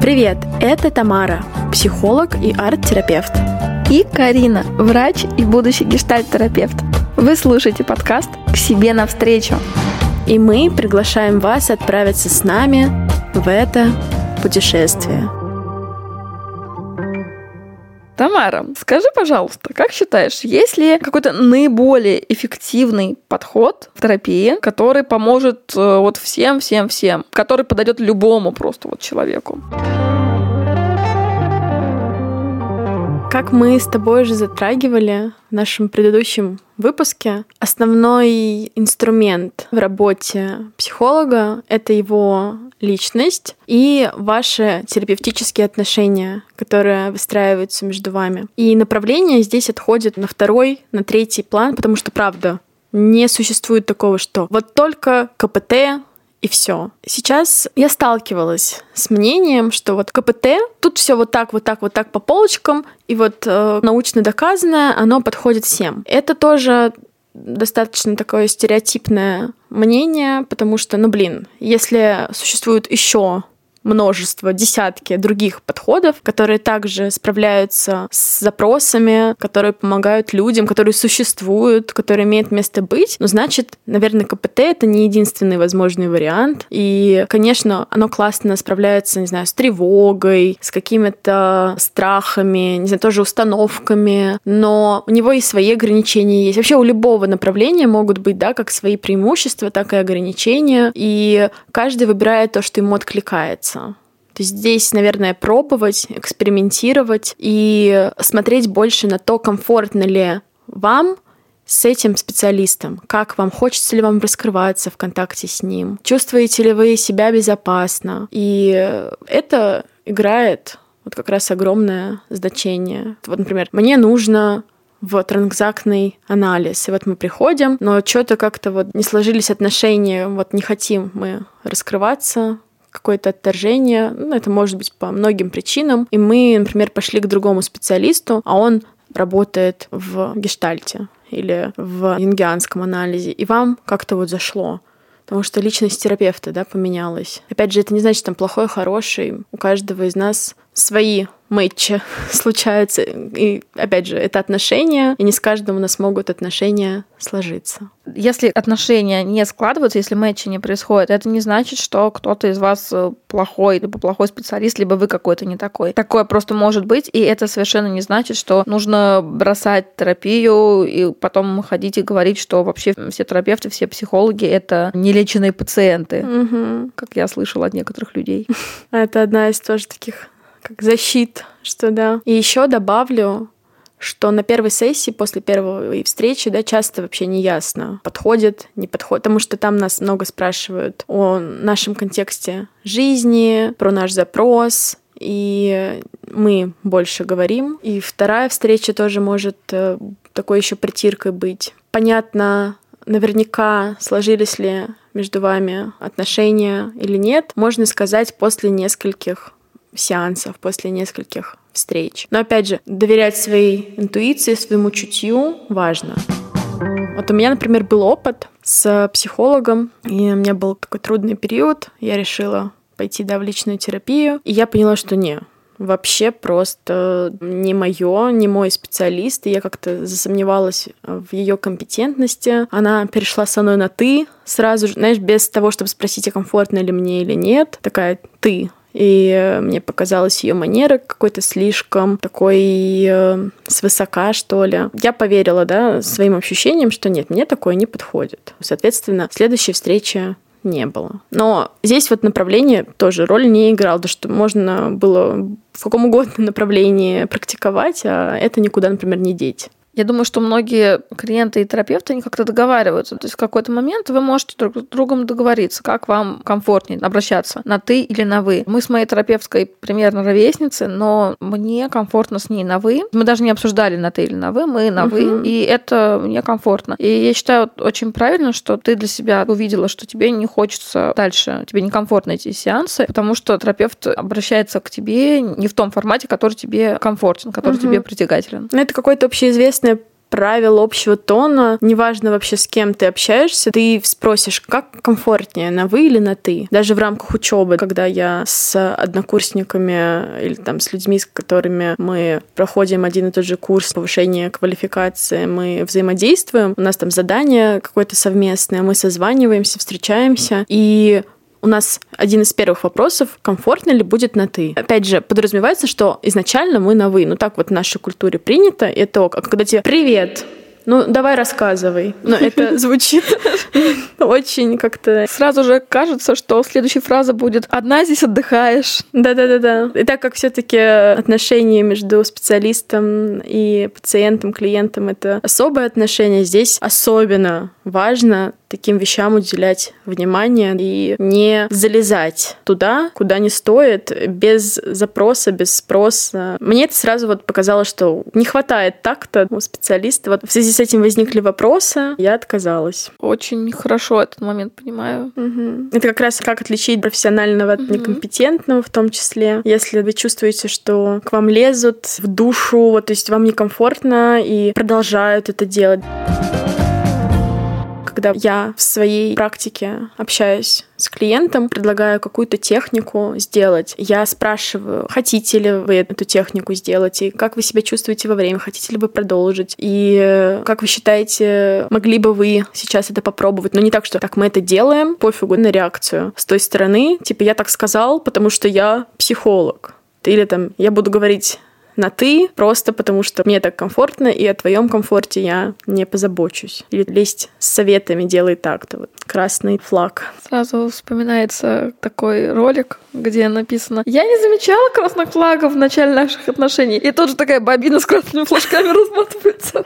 Привет, это Тамара, психолог и арт-терапевт. И Карина, врач и будущий гештальт-терапевт. Вы слушаете подкаст «К себе навстречу». И мы приглашаем вас отправиться с нами в это путешествие. Тамара, скажи, пожалуйста, как считаешь, есть ли какой-то наиболее эффективный подход в терапии, который поможет вот всем, который подойдет любому просто вот человеку? Как мы с тобой уже затрагивали в нашем предыдущем выпуске, основной инструмент в работе психолога — это его личность и ваши терапевтические отношения, которые выстраиваются между вами. И направление здесь отходит на второй, на третий план, потому что, правда, не существует такого, что вот только КПТ и все. Сейчас я сталкивалась с мнением, что вот КПТ, тут все вот так по полочкам, и вот научно доказанное, оно подходит всем. Это тоже достаточно такое стереотипное мнение, потому что, если существует еще множество, десятки других подходов, которые также справляются с запросами, которые помогают людям, которые существуют, которые имеют место быть, значит, наверное, КПТ — это не единственный возможный вариант. И, конечно, оно классно справляется, с тревогой, с какими-то страхами, тоже установками, но у него и свои ограничения есть. Вообще у любого направления могут быть, как свои преимущества, так и ограничения, и каждый выбирает то, что ему откликается. То есть здесь, наверное, пробовать, экспериментировать и смотреть больше на то, комфортно ли вам с этим специалистом, как вам, хочется ли вам раскрываться в контакте с ним, чувствуете ли вы себя безопасно. И это играет вот как раз огромное значение. Вот, например, мне нужно в транзактный анализ. И вот мы приходим, но что-то как-то вот не сложились отношения, вот не хотим мы раскрываться, какое-то отторжение, это может быть по многим причинам. И мы, например, пошли к другому специалисту, а он работает в гештальте или в юнгианском анализе, и вам как-то вот зашло, потому что личность терапевта, поменялась. Опять же, это не значит, плохой, хороший. У каждого из нас свои мэтчи случаются. И, опять же, это отношения, и не с каждым у нас могут отношения сложиться. Если отношения не складываются, если мэтчи не происходит, это не значит, что кто-то из вас плохой, либо плохой специалист, либо вы какой-то не такой. Такое просто может быть, и это совершенно не значит, что нужно бросать терапию и потом ходить и говорить, что вообще все терапевты, все психологи — это нелеченные пациенты, как я слышала от некоторых людей. Это одна из тоже таких как защит, что да. И еще добавлю, что на первой сессии, после первой встречи, часто вообще не ясно, подходит, не подходит, потому что там нас много спрашивают о нашем контексте жизни, про наш запрос, и мы больше говорим. И вторая встреча тоже может такой еще притиркой быть. Понятно, наверняка, сложились ли между вами отношения или нет, можно сказать после нескольких сеансов, после нескольких встреч. Но опять же, доверять своей интуиции, своему чутью важно. Вот у меня, например, был опыт с психологом, и у меня был такой трудный период. Я решила пойти, в личную терапию, и я поняла, что вообще просто не моё, не мой специалист, и я как-то засомневалась в ее компетентности. Она перешла со мной на «ты» сразу же, без того, чтобы спросить, а комфортно ли мне или нет. Такая «ты». И мне показалась ее манера какой-то слишком такой свысока, что ли. Я поверила, своим ощущениям, что нет, мне такое не подходит. Соответственно, следующей встречи не было. Но здесь вот направление тоже роль не играло, потому что можно было в каком угодно направлении практиковать, а это никуда, например, не деть. Я думаю, что многие клиенты и терапевты, они как-то договариваются. То есть в какой-то момент вы можете друг с другом договориться, как вам комфортнее обращаться, на «ты» или на «вы». Мы с моей терапевтской примерно ровесницы, но мне комфортно с ней на «вы». Мы даже не обсуждали на «ты» или на «вы», мы на «вы», и это мне комфортно. И я считаю очень правильно, что ты для себя увидела, что тебе не хочется дальше, тебе некомфортно эти сеансы, потому что терапевт обращается к тебе не в том формате, который тебе комфортен, который тебе притягателен. Это какой-то общеизвестный правил общего тона, неважно вообще с кем ты общаешься, ты спросишь, как комфортнее, на вы или на ты. Даже в рамках учебы, когда я с однокурсниками или там с людьми, с которыми мы проходим один и тот же курс повышения квалификации, мы взаимодействуем, у нас там задание какое-то совместное, мы созваниваемся, встречаемся, и у нас один из первых вопросов, комфортно ли будет на «ты». Опять же, подразумевается, что изначально мы на «вы». Ну так вот в нашей культуре принято. Это когда тебе «привет», ну, давай рассказывай. Но это звучит очень как-то... Сразу же кажется, что следующая фраза будет «одна здесь отдыхаешь». Да. И так как все-таки отношения между специалистом и пациентом, клиентом — это особое отношение, здесь особенно важно таким вещам уделять внимание и не залезать туда, куда не стоит, без запроса, без спроса. Мне это сразу вот показалось, что не хватает такта у специалиста. Вот в связи с этим возникли вопросы, я отказалась. Очень хорошо этот момент понимаю. Угу. Это как раз как отличить профессионального от некомпетентного в том числе. Если вы чувствуете, что к вам лезут в душу, вот, то есть вам некомфортно и продолжают это делать. Когда я в своей практике общаюсь с клиентом, предлагаю какую-то технику сделать, я спрашиваю, хотите ли вы эту технику сделать, и как вы себя чувствуете во время, хотите ли вы продолжить, и как вы считаете, могли бы вы сейчас это попробовать. Но не так, что так мы это делаем, пофигу на реакцию. С той стороны, типа, я так сказал, потому что я психолог. Или там, я буду говорить на «ты», просто потому что мне так комфортно, и о твоем комфорте я не позабочусь. Или лезть с советами, делай так-то. Вот красный флаг. Сразу вспоминается такой ролик, где написано «Я не замечала красных флагов в начале наших отношений». И тут же такая бобина с красными флажками разматывается.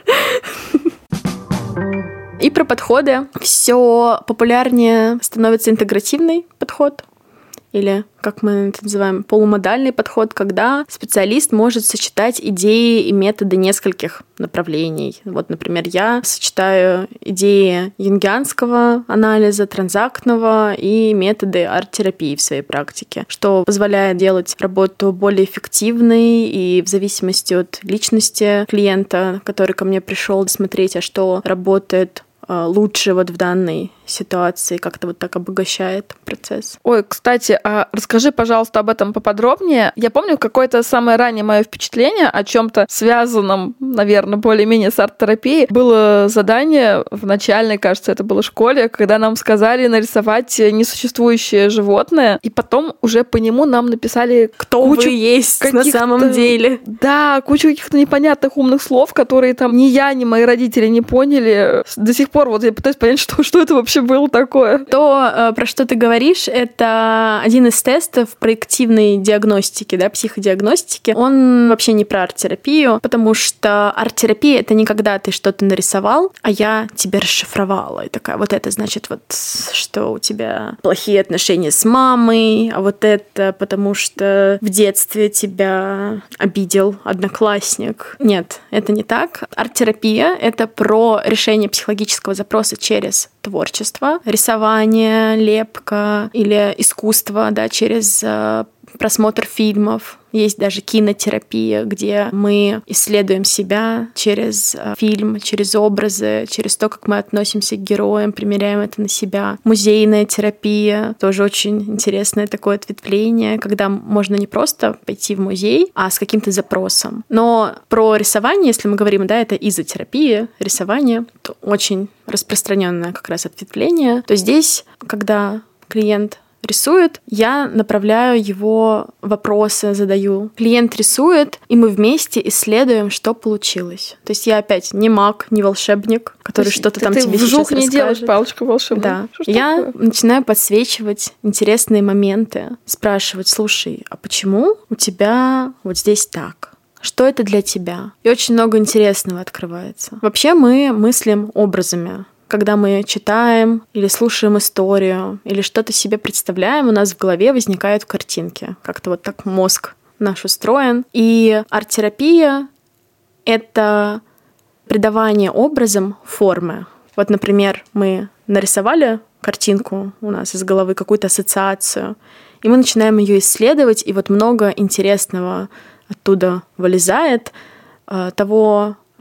И про подходы. Все популярнее становится интегративный подход. Или, как мы это называем, полумодальный подход, когда специалист может сочетать идеи и методы нескольких направлений. Вот, например, я сочетаю идеи юнгианского анализа, транзактного и методы арт-терапии в своей практике, что позволяет делать работу более эффективной и в зависимости от личности клиента, который ко мне пришел, смотреть, а что работает лучше вот в данной ситуации, как-то вот так обогащает процесс. Ой, кстати, а расскажи, пожалуйста, об этом поподробнее. Я помню какое-то самое раннее мое впечатление о чем-то связанном, наверное, более-менее с арт-терапией. Было задание в начальной, кажется, это было школе, когда нам сказали нарисовать несуществующее животное, и потом уже по нему нам написали, кто вы есть на самом деле. Да, кучу каких-то непонятных умных слов, которые там ни я, ни мои родители не поняли. До сих пор вот я пытаюсь понять, что это вообще было такое. То, про что ты говоришь, это один из тестов проективной диагностики, да, психодиагностики. Он вообще не про арт-терапию, потому что арт-терапия — это не когда ты что-то нарисовал, а я тебя расшифровала. И такая, вот это значит, вот что у тебя плохие отношения с мамой, а вот это потому что в детстве тебя обидел одноклассник. Нет, это не так. Арт-терапия — это про решение психологического запроса через творчество, рисование, лепка или искусство, да, через просмотр фильмов. Есть даже кинотерапия, где мы исследуем себя через фильм, через образы, через то, как мы относимся к героям, примеряем это на себя. Музейная терапия — тоже очень интересное такое ответвление, когда можно не просто пойти в музей, а с каким-то запросом. Но про рисование, если мы говорим, да, это изотерапия, рисование, то очень распространенное как раз ответвление, то здесь, когда клиент рисует, я направляю его вопросы, задаю. Клиент рисует, и мы вместе исследуем, что получилось. То есть я опять не маг, не волшебник, который что-то там тебе сейчас расскажет. Ты не делаешь палочку волшебную. Да. Я начинаю подсвечивать интересные моменты, спрашивать, слушай, а почему у тебя вот здесь так? Что это для тебя? И очень много интересного открывается. Вообще мы мыслим образами. Когда мы читаем или слушаем историю, или что-то себе представляем, у нас в голове возникают картинки. Как-то вот так мозг наш устроен. И арт-терапия — это придавание образам формы. Вот, например, мы нарисовали картинку у нас из головы, какую-то ассоциацию, и мы начинаем ее исследовать, и вот много интересного оттуда вылезает, того,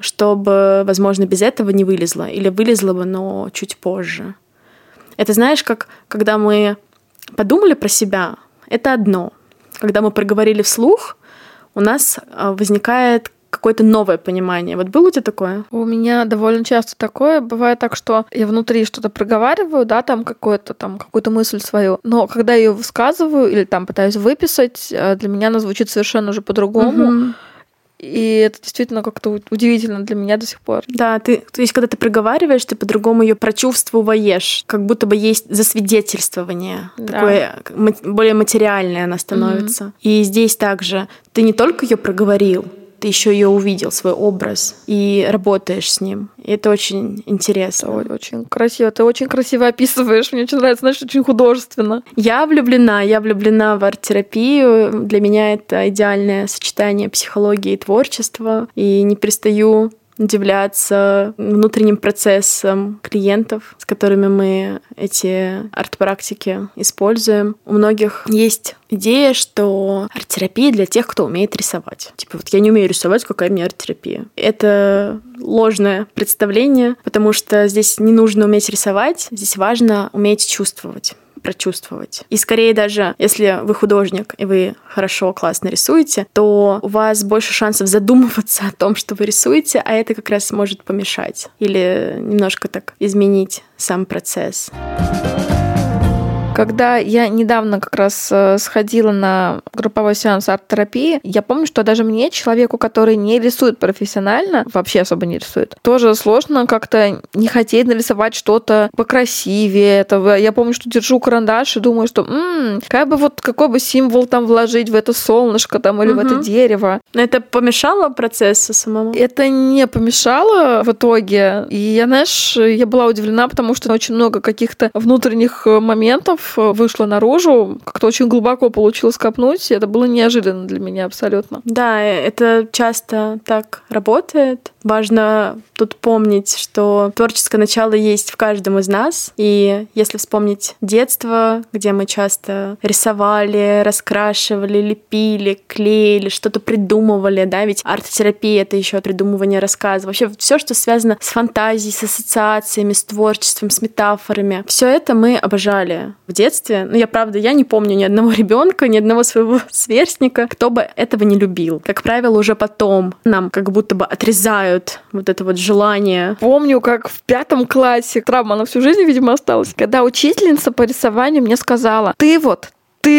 чтобы, возможно, без этого не вылезло. Или вылезло бы, но чуть позже. Это знаешь, как когда мы подумали про себя, это одно. Когда мы проговорили вслух, у нас возникает какое-то новое понимание. Вот было у тебя такое? У меня довольно часто такое. Бывает так, что я внутри что-то проговариваю, да, там какую-то мысль свою, но когда я ее высказываю или там пытаюсь выписать, для меня она звучит совершенно уже по-другому. И это действительно как-то удивительно для меня до сих пор. Да, то есть, когда ты проговариваешь, ты по-другому ее прочувствуешь, как будто бы есть засвидетельствование, да. Такое более материальное она становится. И здесь также ты не только ее проговорил, ты еще ее увидел, свой образ, и работаешь с ним. И это очень интересно. Это очень красиво. Ты очень красиво описываешь. Мне очень нравится, знаешь, очень художественно. Я влюблена в арт-терапию. Для меня это идеальное сочетание психологии и творчества. И не перестаю удивляться внутренним процессам клиентов, с которыми мы эти арт-практики используем. У многих есть идея, что арт-терапия для тех, кто умеет рисовать. Типа, вот я не умею рисовать, какая мне арт-терапия? Это ложное представление, потому что здесь не нужно уметь рисовать, здесь важно уметь чувствовать. Прочувствовать. И скорее даже, если вы художник и вы хорошо, классно рисуете, то у вас больше шансов задумываться о том, что вы рисуете, а это как раз может помешать или немножко так изменить сам процесс. Когда я недавно как раз сходила на групповой сеанс арт-терапии, я помню, что даже мне, человеку, который не рисует профессионально, вообще особо не рисует, тоже сложно как-то не хотеть нарисовать что-то покрасивее. Я помню, что держу карандаш и думаю, что какой бы символ там вложить в это солнышко там, или в это дерево. Но это помешало процессу самому? Это не помешало в итоге. И я была удивлена, потому что очень много каких-то внутренних моментов вышло наружу, как-то очень глубоко получилось копнуть, и это было неожиданно для меня абсолютно. Да, это часто так работает. Важно тут помнить, что творческое начало есть в каждом из нас, и если вспомнить детство, где мы часто рисовали, раскрашивали, лепили, клеили, что-то придумывали, да, ведь арт-терапия — это еще придумывание рассказа, вообще все, что связано с фантазией, с ассоциациями, с творчеством, с метафорами, все это мы обожали в детстве. Но я не помню ни одного ребенка, ни одного своего сверстника, кто бы этого не любил. Как правило, уже потом нам как будто бы отрезают вот это вот желание. Помню, как в 5 классе, травма на всю жизнь, видимо, осталась, когда учительница по рисованию мне сказала: ты вот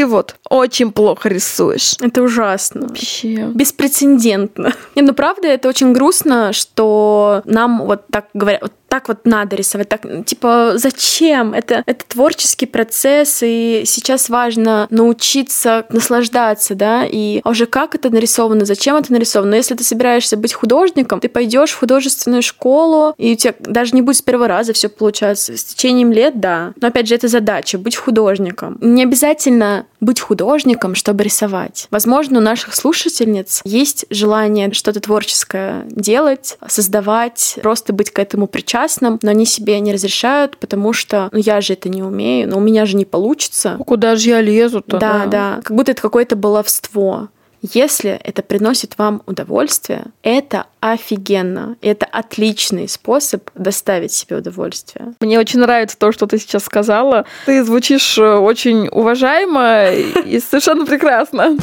очень плохо рисуешь. Это ужасно. Вообще. Беспрецедентно. Правда, это очень грустно, что нам вот так говорят, вот так вот надо рисовать. Так, типа, зачем? Это творческий процесс, и сейчас важно научиться наслаждаться, да, и уже как это нарисовано, зачем это нарисовано. Но если ты собираешься быть художником, ты пойдешь в художественную школу, и у тебя даже не будет с первого раза все получаться. С течением лет, да. Но опять же, это задача — быть художником. Не обязательно быть художником, чтобы рисовать. Возможно, у наших слушательниц есть желание что-то творческое делать, создавать, просто быть к этому причастным, но они себе не разрешают, потому что я же это не умею, но у меня же не получится. Куда же я лезу-то? Да. Как будто это какое-то баловство. Если это приносит вам удовольствие, это офигенно. Это отличный способ доставить себе удовольствие. Мне очень нравится то, что ты сейчас сказала. Ты звучишь очень уважаемо и совершенно прекрасно.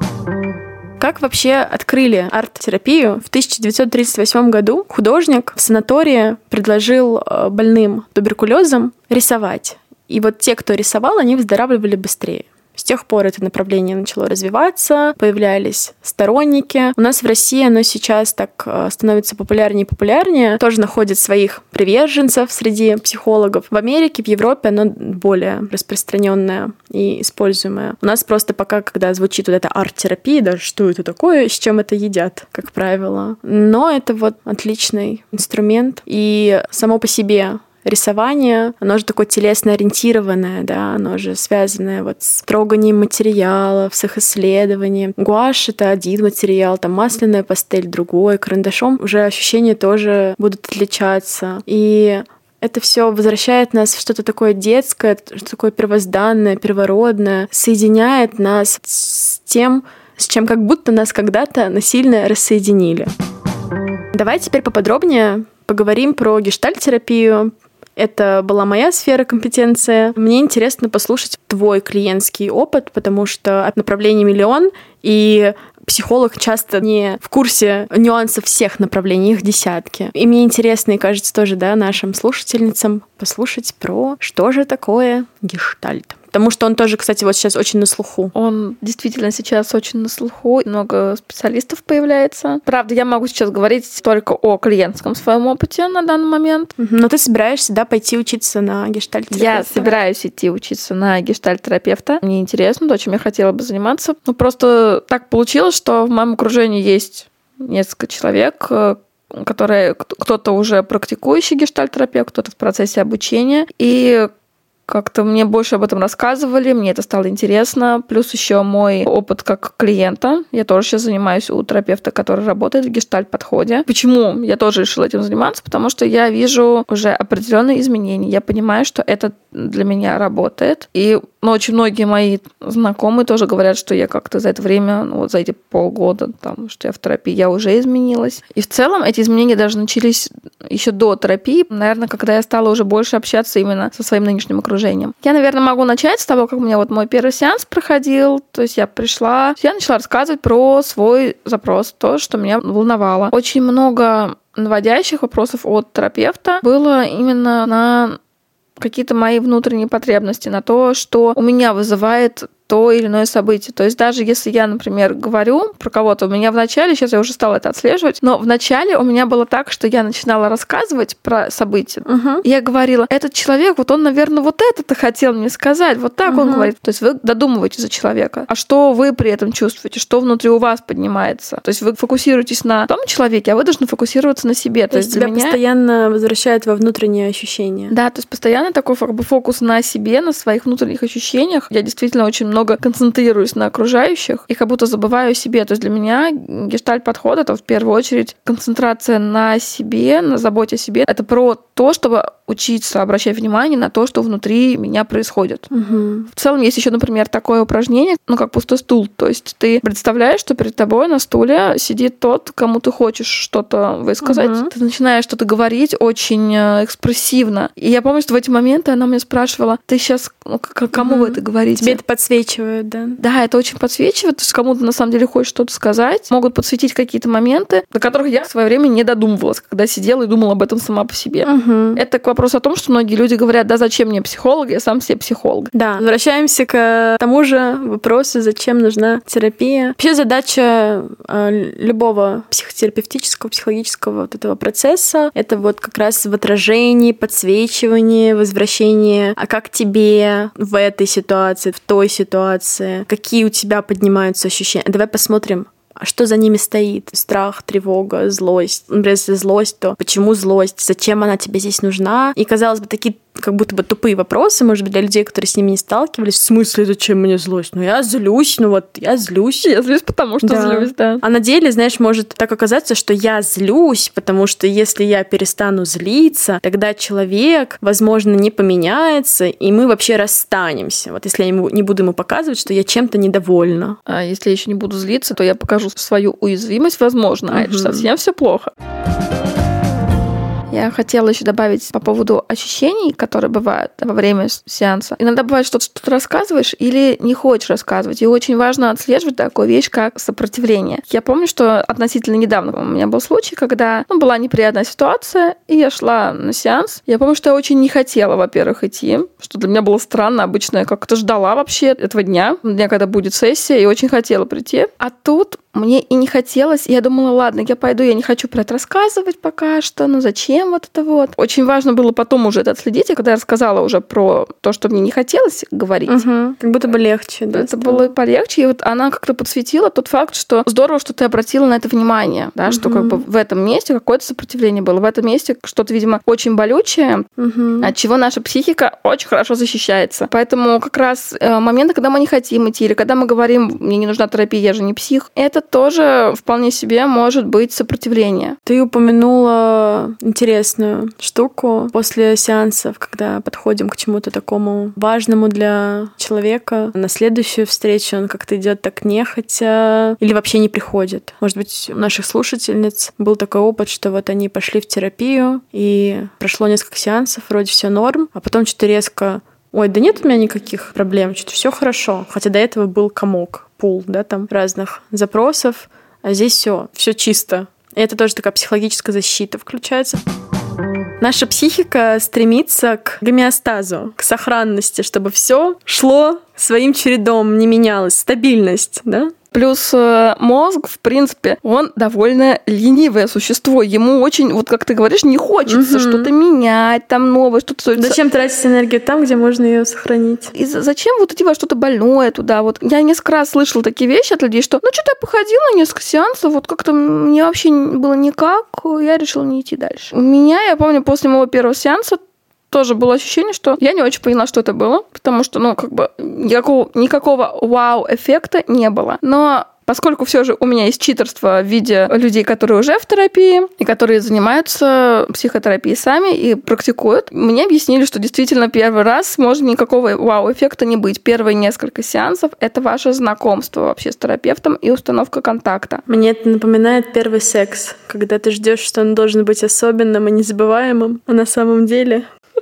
Как вообще открыли арт-терапию? В 1938 году художник в санатории предложил больным туберкулезом рисовать. И вот те, кто рисовал, они выздоравливали быстрее. С тех пор это направление начало развиваться, появлялись сторонники. У нас в России оно сейчас так становится популярнее и популярнее. Тоже находит своих приверженцев среди психологов. В Америке, в Европе оно более распространенное и используемое. У нас просто пока, когда звучит вот эта арт-терапия, даже что это такое, с чем это едят, как правило. Но это вот отличный инструмент. И само по себе рисование, оно же такое телесно-ориентированное, да, оно же связанное вот с троганием материалов, с их исследованием. Гуашь — это один материал, там масляная пастель — другой, карандашом уже ощущения тоже будут отличаться. И это все возвращает нас в что-то такое детское, что такое первозданное, первородное, соединяет нас с тем, с чем как будто нас когда-то насильно рассоединили. Давай теперь поподробнее поговорим про гештальт-терапию. Это была моя сфера компетенции. Мне интересно послушать твой клиентский опыт, потому что от направлений миллион, и психолог часто не в курсе нюансов всех направлений, их десятки. И мне интересно, и кажется тоже, нашим слушательницам послушать про что же такое гештальт. Потому что он тоже, кстати, вот сейчас очень на слуху. Он действительно сейчас очень на слуху. Много специалистов появляется. Правда, я могу сейчас говорить только о клиентском своем опыте на данный момент. Но ты собираешься, пойти учиться на гештальт-терапевта? Я собираюсь идти учиться на гештальт-терапевта. Мне интересно то, чем я хотела бы заниматься. Просто так получилось, что в моем окружении есть несколько человек, которые кто-то уже практикующий гештальт-терапевт, кто-то в процессе обучения. И как-то мне больше об этом рассказывали, мне это стало интересно. Плюс еще мой опыт как клиента. Я тоже сейчас занимаюсь у терапевта, который работает в гештальт-подходе. Почему я тоже решила этим заниматься? Потому что я вижу уже определенные изменения. Я понимаю, что это для меня работает. И очень многие мои знакомые тоже говорят, что я как-то за это время, за эти полгода, что я в терапии, я уже изменилась. И в целом эти изменения даже начались еще до терапии. Наверное, когда я стала уже больше общаться именно со своим нынешним окружением. Я, наверное, могу начать с того, как у меня мой первый сеанс проходил. То есть я пришла, я начала рассказывать про свой запрос, то, что меня волновало. Очень много наводящих вопросов от терапевта было именно на какие-то мои внутренние потребности, на то, что у меня вызывает то или иное событие. То есть даже если я, например, говорю про кого-то, у меня вначале, сейчас я уже стала это отслеживать, но вначале у меня было так, что я начинала рассказывать про события. И я говорила, этот человек, он, наверное, вот это-то хотел мне сказать, вот так он говорит. То есть вы додумываете за человека. А что вы при этом чувствуете, что внутри у вас поднимается? То есть вы фокусируетесь на том человеке, а вы должны фокусироваться на себе. То есть тебя постоянно возвращает во внутренние ощущения. Да, то есть постоянно такой фокус на себе, на своих внутренних ощущениях. Я действительно очень много концентрируюсь на окружающих и как будто забываю о себе. То есть для меня гештальт-подход — это в первую очередь концентрация на себе, на заботе о себе. Это про то, чтобы учиться обращать внимание на то, что внутри меня происходит. В целом есть еще, например, такое упражнение, как пустой стул. То есть ты представляешь, что перед тобой на стуле сидит тот, кому ты хочешь что-то высказать. Ты начинаешь что-то говорить очень экспрессивно. И я помню, что в эти моменты она меня спрашивала, ты сейчас кому вы это говорите? Тебе это подсвечивает, да? Да, это очень подсвечивает. То есть кому-то на самом деле хочет что-то сказать. Могут подсветить какие-то моменты, до которых я в свое время не додумывалась, когда сидела и думала об этом сама по себе. Это к вопросу о том, что многие люди говорят, зачем мне психолог, я сам себе психолог. Да, возвращаемся к тому же вопросу, зачем нужна терапия. Вообще задача любого психотерапевтического, психологического этого процесса — это как раз в отражении, подсвечивании, возвращении, а как тебе в этой ситуации, в той ситуации, какие у тебя поднимаются ощущения. Давай посмотрим, а что за ними стоит? Страх, тревога, злость. Например, если злость, то почему злость? Зачем она тебе здесь нужна? И, казалось бы, такие как будто бы тупые вопросы, может быть, для людей, которые с ними не сталкивались. В смысле, зачем мне злость? Я злюсь, я злюсь. Я злюсь, потому что злюсь, да. А на деле, знаешь, может так оказаться, что я злюсь, потому что если я перестану злиться, тогда человек, возможно, не поменяется, и мы вообще расстанемся. Если я не буду ему показывать, что я чем-то недовольна. А если я еще не буду злиться, то я покажу свою уязвимость, возможно, а это же совсем все плохо. Я хотела еще добавить по поводу ощущений, которые бывают во время сеанса. Иногда бывает, что ты рассказываешь или не хочешь рассказывать. И очень важно отслеживать такую вещь, как сопротивление. Я помню, что относительно недавно у меня был случай, когда была неприятная ситуация, и я шла на сеанс. Я помню, что я очень не хотела, во-первых, идти, что для меня было странно. Обычно я как-то ждала вообще этого дня, когда будет сессия, и очень хотела прийти. А тут мне и не хотелось. Я думала, ладно, я пойду, я не хочу про это рассказывать пока что, зачем это вот. Очень важно было потом уже это отследить, и когда я рассказала уже про то, что мне не хотелось говорить. Как будто бы легче. Да, это было полегче, и она как-то подсветила тот факт, что здорово, что ты обратила на это внимание, да, что в этом месте какое-то сопротивление было, в этом месте что-то, видимо, очень болючее, от чего наша психика очень хорошо защищается. Поэтому как раз моменты, когда мы не хотим идти, или когда мы говорим, мне не нужна терапия, я же не псих, это тоже вполне себе может быть сопротивление. Ты упомянула интересную штуку после сеансов, когда подходим к чему-то такому важному для человека. На следующую встречу он как-то идет так нехотя или вообще не приходит. Может быть, у наших слушательниц был такой опыт, что вот они пошли в терапию, и прошло несколько сеансов, вроде все норм, а потом что-то резко: ой, да нет у меня никаких проблем, что-то все хорошо. Хотя до этого был комок, пул, да, там разных запросов, а здесь все чисто. И это тоже такая психологическая защита включается. Наша психика стремится к гомеостазу, к сохранности, чтобы все шло своим чередом, не менялось, стабильность, да? Плюс мозг, в принципе, он довольно ленивое существо. Ему очень, вот как ты говоришь, не хочется что-то менять, там новое, что-то... Зачем тратить энергию там, где можно ее сохранить? И зачем вот идти во что-то больное туда? Вот я несколько раз слышала такие вещи от людей, что что-то я походила несколько сеансов, вот как-то мне вообще было никак, я решила не идти дальше. У меня, я помню, после моего первого сеанса тоже было ощущение, что я не очень поняла, что это было, потому что, никакого вау-эффекта не было. Но поскольку все же у меня есть читерство в виде людей, которые уже в терапии и которые занимаются психотерапией сами и практикуют, мне объяснили, что действительно первый раз может никакого вау-эффекта не быть. Первые несколько сеансов — это ваше знакомство вообще с терапевтом и установка контакта. Мне это напоминает первый секс, когда ты ждешь, что он должен быть особенным и незабываемым, а на самом деле...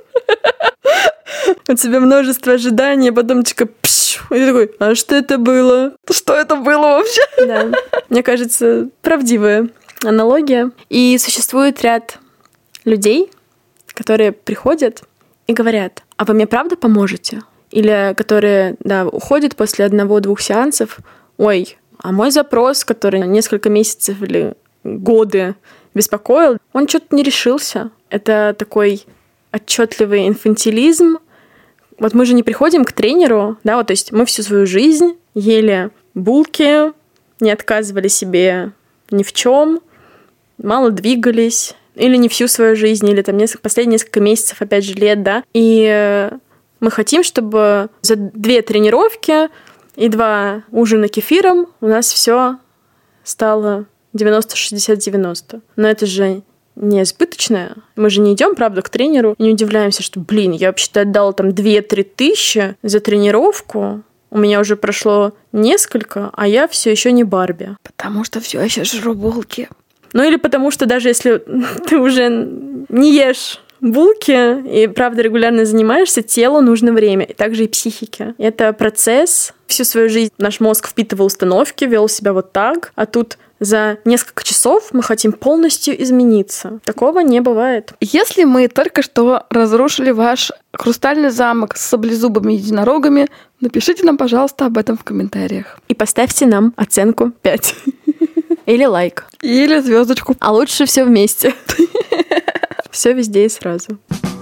У тебя множество ожиданий, а потом и ты такой: а что это было? Что это было вообще? Да. Мне кажется, правдивая аналогия. И существует ряд людей, которые приходят и говорят: а вы мне правда поможете? Или которые, уходят после 1-2 сеансов: ой, а мой запрос, который несколько месяцев или годы беспокоил, он что-то не решился. Это такой отчетливый инфантилизм. Вот мы же не приходим к тренеру, да, вот, то есть мы всю свою жизнь ели булки, не отказывали себе ни в чем, мало двигались, или не всю свою жизнь, или там последние несколько месяцев, опять же, лет, да, и мы хотим, чтобы за 2 тренировки и 2 ужина кефиром у нас все стало 90-60-90. Но это же не избыточная. Мы же не идем, правда, к тренеру и не удивляемся, что, я вообще-то отдала там 2-3 тысячи за тренировку, у меня уже прошло несколько, а я все еще не Барби. Потому что все еще жру булки. Или потому что даже если ты уже не ешь булки и, правда, регулярно занимаешься, телу нужно время, и также и психике. Это процесс. Всю свою жизнь наш мозг впитывал установки, вел себя вот так, а тут за несколько часов мы хотим полностью измениться. Такого не бывает. Если мы только что разрушили ваш хрустальный замок с саблезубыми единорогами, напишите нам, пожалуйста, об этом в комментариях. И поставьте нам оценку 5. Или лайк. Или звездочку. А лучше все вместе. Все везде и сразу.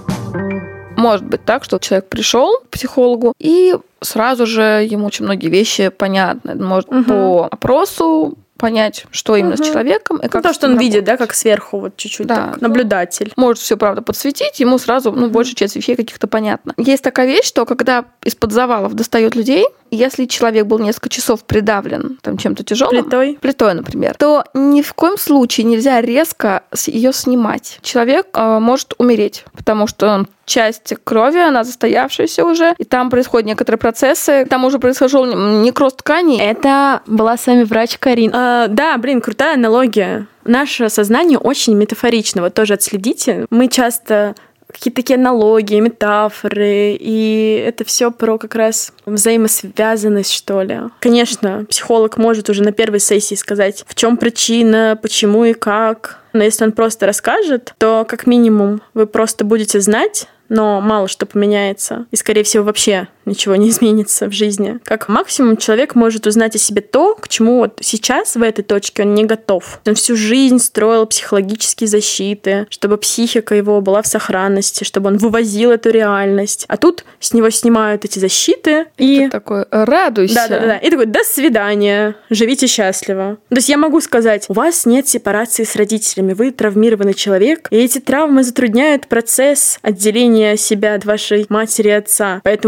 Может быть так, что человек пришел к психологу, и сразу же ему очень многие вещи понятны. Может по опросу понять, что именно с человеком и как то, что он видит, да, как сверху, вот чуть-чуть так, наблюдатель. Может все, правда, подсветить, ему сразу, большая часть вещей каких-то понятно. Есть такая вещь, что когда из-под завалов достают людей, если человек был несколько часов придавлен чем-то тяжелым, плитой, например, то ни в коем случае нельзя резко ее снимать. Человек может умереть, потому что часть крови, она застоявшаяся уже, и там происходят некоторые процессы, там уже произошел некроз тканей. Это была с вами врач Карин. Крутая аналогия. Наше сознание очень метафорично, вот тоже отследите. Мы часто какие-то такие аналогии, метафоры, и это все про как раз взаимосвязанность, что ли. Конечно, психолог может уже на первой сессии сказать, в чем причина, почему и как. Но если он просто расскажет, то как минимум вы просто будете знать, но мало что поменяется. И, скорее всего, вообще ничего не изменится в жизни. Как максимум человек может узнать о себе то, к чему вот сейчас в этой точке он не готов. Он всю жизнь строил психологические защиты, чтобы психика его была в сохранности, чтобы он вывозил эту реальность. А тут с него снимают эти защиты. И такой: радуйся. Да. И такой: до свидания, живите счастливо. То есть я могу сказать: у вас нет сепарации с родителями, вы травмированный человек, и эти травмы затрудняют процесс отделения себя от вашей матери и отца, поэтому у вас не получается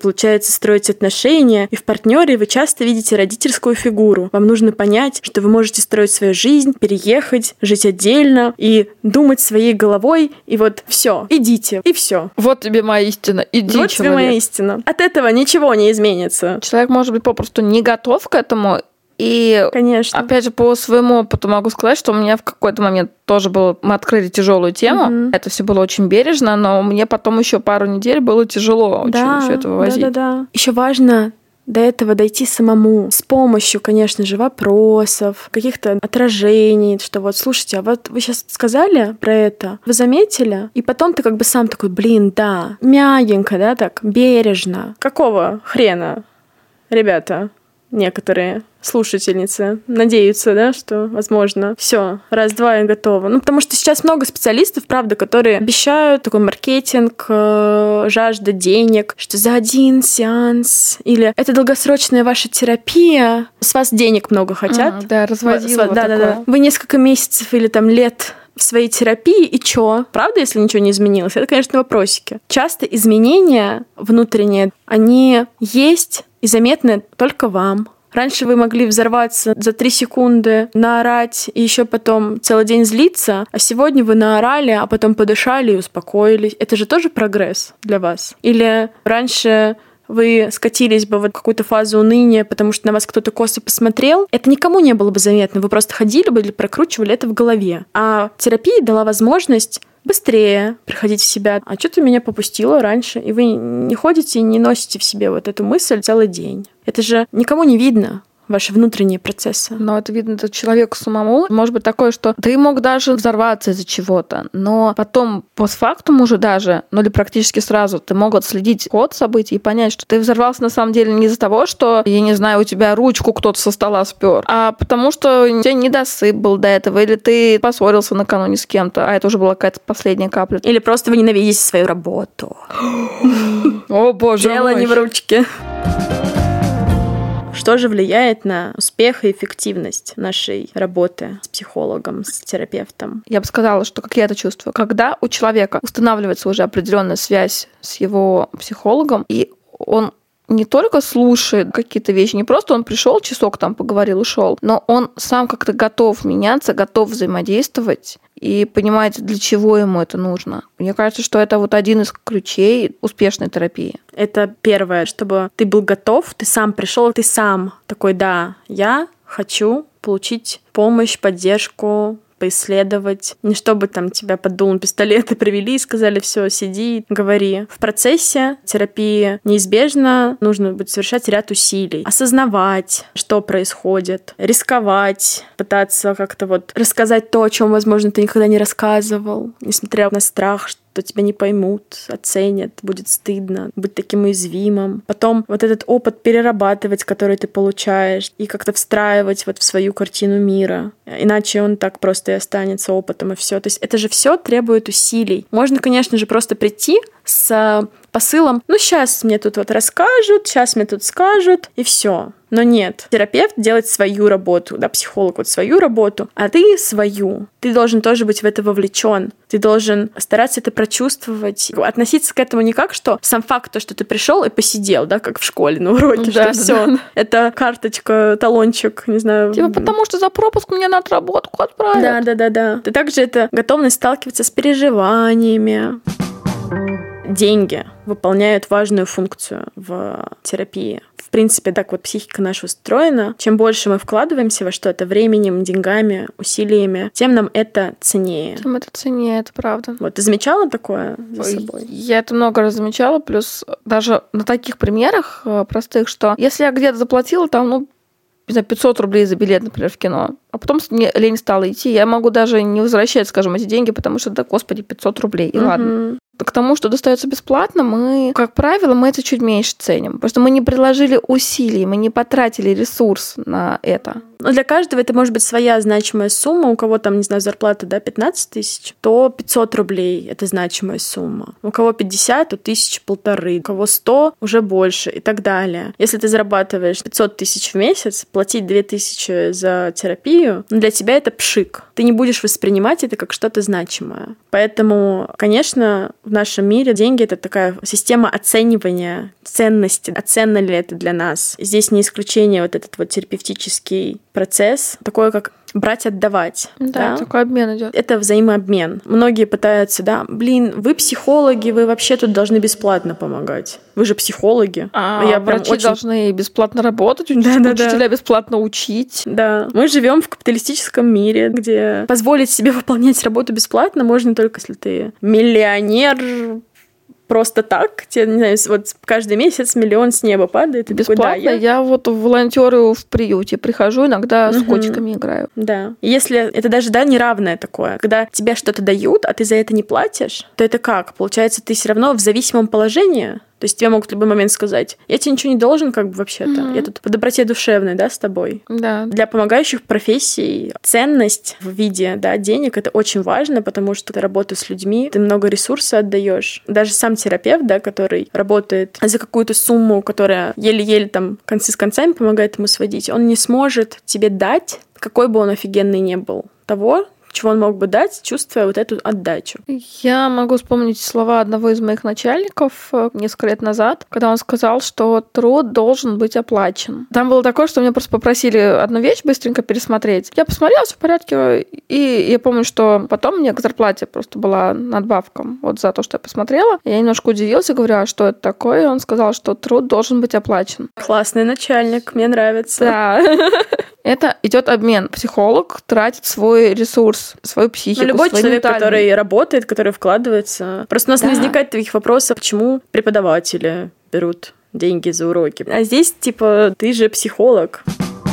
получается строить отношения, и в партнере вы часто видите родительскую фигуру. Вам нужно понять, что вы можете строить свою жизнь, переехать, жить отдельно и думать своей головой, и вот все, идите, и все. Вот тебе моя истина, иди, вот тебе моя истина. От этого ничего не изменится. Человек, может быть, попросту не готов к этому. И, конечно, опять же, по своему опыту могу сказать, что у меня в какой-то момент тоже было... Мы открыли тяжелую тему. Это все было очень бережно, но мне потом еще пару недель было тяжело очень все это вывозить. Да. Еще важно до этого дойти самому. С помощью, конечно же, вопросов, каких-то отражений, что вот, слушайте, а вот вы сейчас сказали про это, вы заметили? И потом ты как бы сам такой, да, мягенько, да, так, бережно. Какого хрена, ребята? Некоторые слушательницы надеются, да, что, возможно, все, раз-два и готово. Ну, потому что сейчас много специалистов, правда, которые обещают такой маркетинг, жажда денег, что за один сеанс или это долгосрочная ваша терапия, с вас денег много хотят. Да, разводила вот такое. Да. Вы несколько месяцев или там лет в своей терапии, и чё? Правда, если ничего не изменилось? Это, конечно, вопросики. Часто изменения внутренние, они есть и заметны только вам. Раньше вы могли взорваться за 3 секунды, наорать и еще потом целый день злиться, а сегодня вы наорали, а потом подышали и успокоились. Это же тоже прогресс для вас. Или раньше вы скатились бы в какую-то фазу уныния, потому что на вас кто-то косо посмотрел, это никому не было бы заметно. Вы просто ходили бы или прокручивали это в голове. А терапия дала возможность быстрее приходить в себя. А что ты меня попустила раньше? И вы не ходите и не носите в себе вот эту мысль целый день. Это же никому не видно. Ваши внутренние процессы. Но это видно человеку самому. Может быть такое, что ты мог даже взорваться из-за чего-то, но потом постфактум уже даже, ну или практически сразу, ты мог отследить ход событий и понять, что ты взорвался на самом деле не из-за того, что, я не знаю, у тебя ручку кто-то со стола спер, а потому что у тебя недосып был до этого, или ты поссорился накануне с кем-то, а это уже была какая-то последняя капля. Или просто вы ненавидите свою работу. О, боже мой. Дело не в ручке. Что же влияет на успех и эффективность нашей работы с психологом, с терапевтом? Я бы сказала, что как я это чувствую. Когда у человека устанавливается уже определенная связь с его психологом, и он не только слушает какие-то вещи, не просто он пришел, часок там поговорил, ушел, но он сам как-то готов меняться, готов взаимодействовать и понимает, для чего ему это нужно. Мне кажется, что это вот один из ключей успешной терапии. Это первое, чтобы ты был готов, ты сам пришел, ты сам такой, да, я хочу получить помощь, поддержку, поисследовать. Не чтобы там тебя под дулом пистолета привели и сказали, все, сиди, говори. В процессе терапии неизбежно нужно будет совершать ряд усилий. Осознавать, что происходит, рисковать, пытаться как-то вот рассказать то, о чем, возможно, ты никогда не рассказывал, несмотря на страх, что тебя не поймут, оценят, будет стыдно быть таким уязвимым. Потом вот этот опыт перерабатывать, который ты получаешь, и как-то встраивать вот в свою картину мира. Иначе он так просто и останется опытом, и все. То есть это же все требует усилий. Можно, конечно же, просто прийти с посылом, ну, сейчас мне тут вот расскажут, сейчас мне тут скажут, и все. Но нет. Терапевт делает свою работу, да, психолог вот свою работу, а ты свою. Ты должен тоже быть в это вовлечен. Ты должен стараться это прочувствовать, относиться к этому не как, что сам факт, то, что ты пришел и посидел, да, как в школе на уроке, да, что все, это карточка, талончик, не знаю. Типа потому что за пропуск меня на отработку отправят. Да. И также это готовность сталкиваться с переживаниями. Деньги выполняют важную функцию в терапии. В принципе, так вот психика наша устроена. Чем больше мы вкладываемся во что-то временем, деньгами, усилиями, тем нам это ценнее. Тем это ценнее, это правда. Вот ты замечала такое за собой? Я это много раз замечала, плюс даже на таких примерах простых, что если я где-то заплатила там, не знаю, 500 рублей за билет, например, в кино, а потом мне лень стало идти, я могу даже не возвращать, скажем, эти деньги, потому что, да, господи, 500 рублей, и ладно. К тому, что достается бесплатно, мы, как правило, мы это чуть меньше ценим. Потому что мы не приложили усилий, мы не потратили ресурс на это. Но для каждого это может быть своя значимая сумма. У кого там, не знаю, зарплата, 15 тысяч, то 500 рублей — это значимая сумма. У кого 50, то 1,5 тысячи. У кого 100, уже больше и так далее. Если ты зарабатываешь 500 тысяч в месяц, платить 2000 за терапию, для тебя это пшик. Ты не будешь воспринимать это как что-то значимое. Поэтому, конечно, в нашем мире деньги — это такая система оценивания ценности. А ценно ли это для нас? Здесь не исключение вот этот вот терапевтический процесс, такой как брать-отдавать. Да, такой обмен идет. Это взаимообмен. Многие пытаются, вы психологи, вы вообще тут должны бесплатно помогать. Вы же психологи. Врачи должны бесплатно работать, учителя бесплатно учить. Да. Мы живем в капиталистическом мире, где позволить себе выполнять работу бесплатно можно только если ты миллионер, просто так, тебе, не знаю, вот каждый месяц миллион с неба падает. И бесплатно? Такой, я вот волонтерю в приюте прихожу, иногда с котиками играю. Да. Если это даже, неравное такое, когда тебе что-то дают, а ты за это не платишь, то это как? Получается, ты все равно в зависимом положении. То есть тебе могут в любой момент сказать: я тебе ничего не должен, вообще-то. Я тут по доброте душевной, с тобой. Да. Для помогающих профессий ценность в виде, денег — это очень важно, потому что ты работаешь с людьми, ты много ресурса отдаешь. Даже сам терапевт, который работает за какую-то сумму, которая еле-еле там концы с концами помогает ему сводить, он не сможет тебе дать, какой бы он офигенный ни был, того, чего он мог бы дать, чувствуя вот эту отдачу. Я могу вспомнить слова одного из моих начальников несколько лет назад, когда он сказал, что труд должен быть оплачен. Там было такое, что меня просто попросили одну вещь быстренько пересмотреть. Я посмотрела, все в порядке, и я помню, что потом мне к зарплате просто была надбавка за то, что я посмотрела. Я немножко удивилась и говорю: а что это такое? И он сказал, что труд должен быть оплачен. Классный начальник, мне нравится. Да. Это идет обмен. Психолог тратит свой ресурс, свою психику, любой человек, ментальный. который работает, который вкладывается. Просто у нас не возникает таких вопросов, почему преподаватели берут деньги за уроки. А здесь, ты же психолог.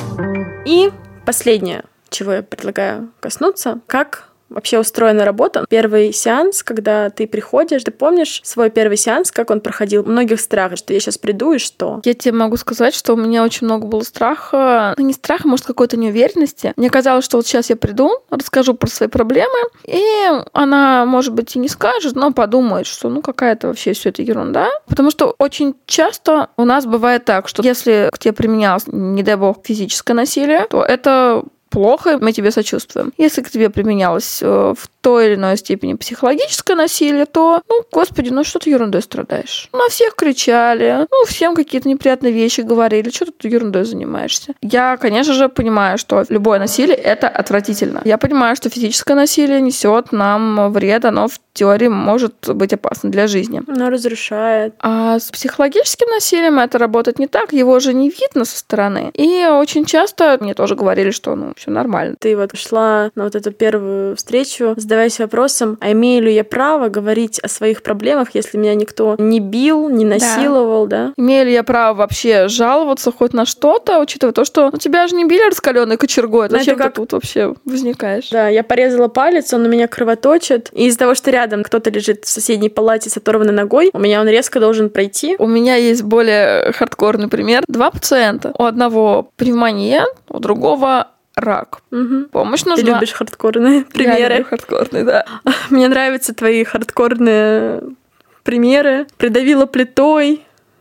И последнее, чего я предлагаю коснуться, как вообще устроена работа. Первый сеанс, когда ты приходишь, ты помнишь свой первый сеанс, как он проходил? У многих страх, что я сейчас приду и что? Я тебе могу сказать, что у меня очень много было страха. Не страха, может, какой-то неуверенности. Мне казалось, что вот сейчас я приду, расскажу про свои проблемы, и она, может быть, и не скажет, но подумает, что какая-то вообще все это ерунда. Потому что очень часто у нас бывает так, что если к тебе применялось, не дай бог, физическое насилие, то это плохо, мы тебе сочувствуем. Если к тебе применялось в той или иной степени психологическое насилие, то, господи, что ты ерундой страдаешь? На всех кричали, всем какие-то неприятные вещи говорили, что ты ерундой занимаешься? Я, конечно же, понимаю, что любое насилие — это отвратительно. Я понимаю, что физическое насилие несет нам вред, оно в теории может быть опасно для жизни. Оно разрушает. А с психологическим насилием это работает не так, его же не видно со стороны. И очень часто мне тоже говорили, что, все нормально. Ты шла на эту первую встречу, задаваясь вопросом: а имею ли я право говорить о своих проблемах, если меня никто не бил, не насиловал, да? Имею ли я право вообще жаловаться хоть на что-то, учитывая то, что тебя же не били раскаленной кочергой, зачем ты тут вообще возникаешь? Да, я порезала палец, он у меня кровоточит, и из-за того, что рядом кто-то лежит в соседней палате с оторванной ногой, у меня он резко должен пройти. У меня есть более хардкорный пример. 2 пациента. У одного пневмония, у другого рак. Помощь нужна. Ты любишь хардкорные примеры. Я люблю хардкорные, да. Мне нравятся твои хардкорные примеры. Придавила плитой,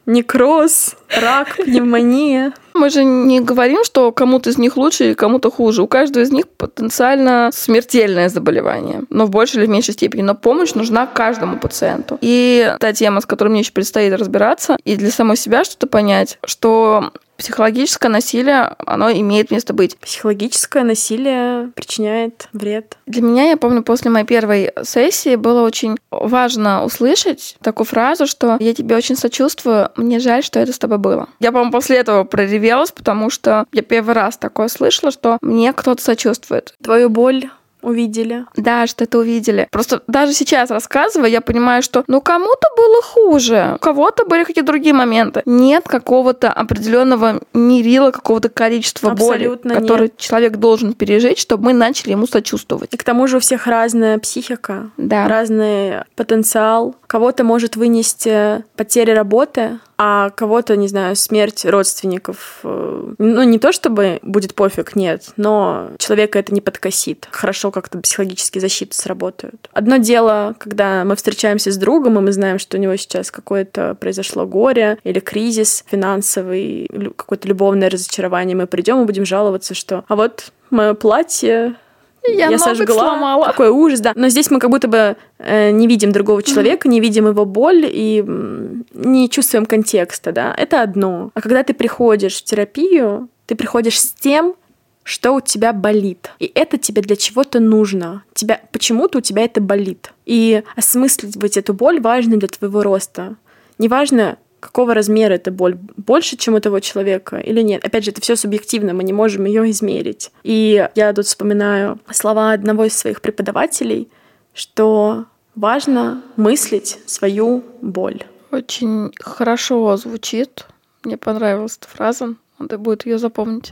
некроз, рак, пневмония. Мы же не говорим, что кому-то из них лучше или кому-то хуже. У каждого из них потенциально смертельное заболевание, но в большей или в меньшей степени. Но помощь нужна каждому пациенту. И та тема, с которой мне еще предстоит разбираться, и для самой себя что-то понять, что психологическое насилие, оно имеет место быть. Психологическое насилие причиняет вред. Для меня, я помню, после моей первой сессии было очень важно услышать такую фразу, что я тебе очень сочувствую, мне жаль, что это с тобой было. Я, по-моему, после этого проревелась, потому что я первый раз такое слышала, что мне кто-то сочувствует. Твою боль увидели. Да, что это увидели. Просто даже сейчас рассказывая, я понимаю, что кому-то было хуже, у кого-то были какие-то другие моменты. Нет какого-то определенного мерила, какого-то количества абсолютно боли, который человек должен пережить, чтобы мы начали ему сочувствовать. И к тому же у всех разная психика, да. разный потенциал. Кого-то может вынести потеря работы, а кого-то, не знаю, смерть родственников. Ну, не то чтобы будет пофиг, нет, но человека это не подкосит. Хорошо как-то психологические защиты сработают. Одно дело, когда мы встречаемся с другом, и мы знаем, что у него сейчас какое-то произошло горе или кризис финансовый, какое-то любовное разочарование, мы придем и будем жаловаться, что «а вот мое платье я сожгла, сломала. Какой ужас, да». Но здесь мы как будто бы не видим другого человека, не видим его боль и не чувствуем контекста, да. Это одно. А когда ты приходишь в терапию, ты приходишь с тем, что у тебя болит. И это тебе для чего-то нужно. Почему-то у тебя это болит. И осмысливать эту боль важно для твоего роста. Неважно, какого размера эта боль, больше, чем у того человека или нет. Опять же, это все субъективно, мы не можем ее измерить. И я тут вспоминаю слова одного из своих преподавателей, что важно мыслить свою боль. Очень хорошо звучит. Мне понравилась эта фраза. Надо будет ее запомнить.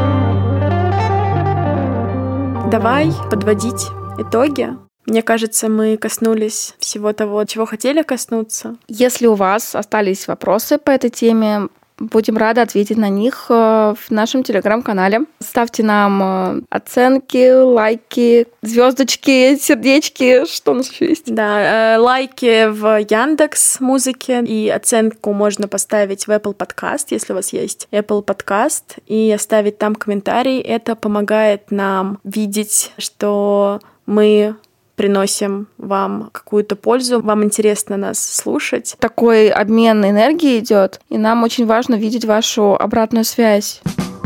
Давай подводить итоги. Мне кажется, мы коснулись всего того, чего хотели коснуться. Если у вас остались вопросы по этой теме, будем рады ответить на них в нашем телеграм-канале. Ставьте нам оценки, лайки, звездочки, сердечки, что у нас еще есть? Да, лайки в Яндекс.Музыке, и оценку можно поставить в Apple Podcast, если у вас есть Apple Podcast, и оставить там комментарий. Это помогает нам видеть, что мы приносим вам какую-то пользу, вам интересно нас слушать. Такой обмен энергией идет, и нам очень важно видеть вашу обратную связь.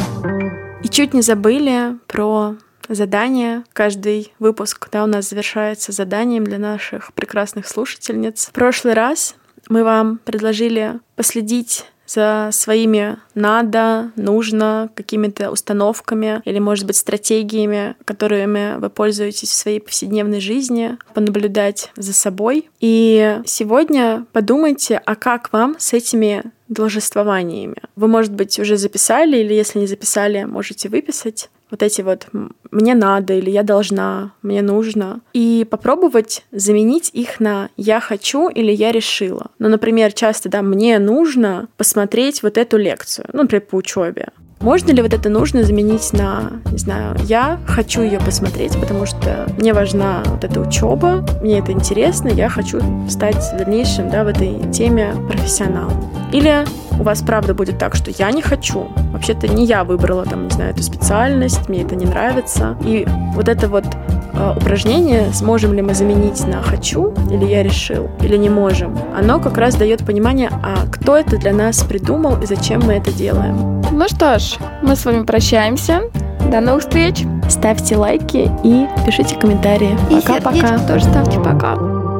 И чуть не забыли про задание. Каждый выпуск, у нас завершается заданием для наших прекрасных слушательниц. В прошлый раз мы вам предложили последить за своими надо, нужно, какими-то установками или, может быть, стратегиями, которыми вы пользуетесь в своей повседневной жизни, понаблюдать за собой. И сегодня подумайте, а как вам с этими должествованиями? Вы, может быть, уже записали, или если не записали, можете выписать вот эти вот «мне надо» или «я должна», «мне нужно», и попробовать заменить их на «я хочу» или «я решила». Ну, например, часто, «мне нужно посмотреть вот эту лекцию», например, по учебе. Можно ли вот это нужно заменить на, не знаю, я хочу ее посмотреть, потому что мне важна вот эта учеба, мне это интересно, я хочу стать в дальнейшем, в этой теме профессионалом. Или у вас правда будет так, что я не хочу. Вообще-то не я выбрала эту специальность, мне это не нравится. И вот это вот упражнение, сможем ли мы заменить на «хочу» или «я решил», или не можем, оно как раз дает понимание, а кто это для нас придумал и зачем мы это делаем. Ну что ж, мы с вами прощаемся. До новых встреч. Ставьте лайки и пишите комментарии. Пока-пока. И сердечко тоже ставьте. Пока.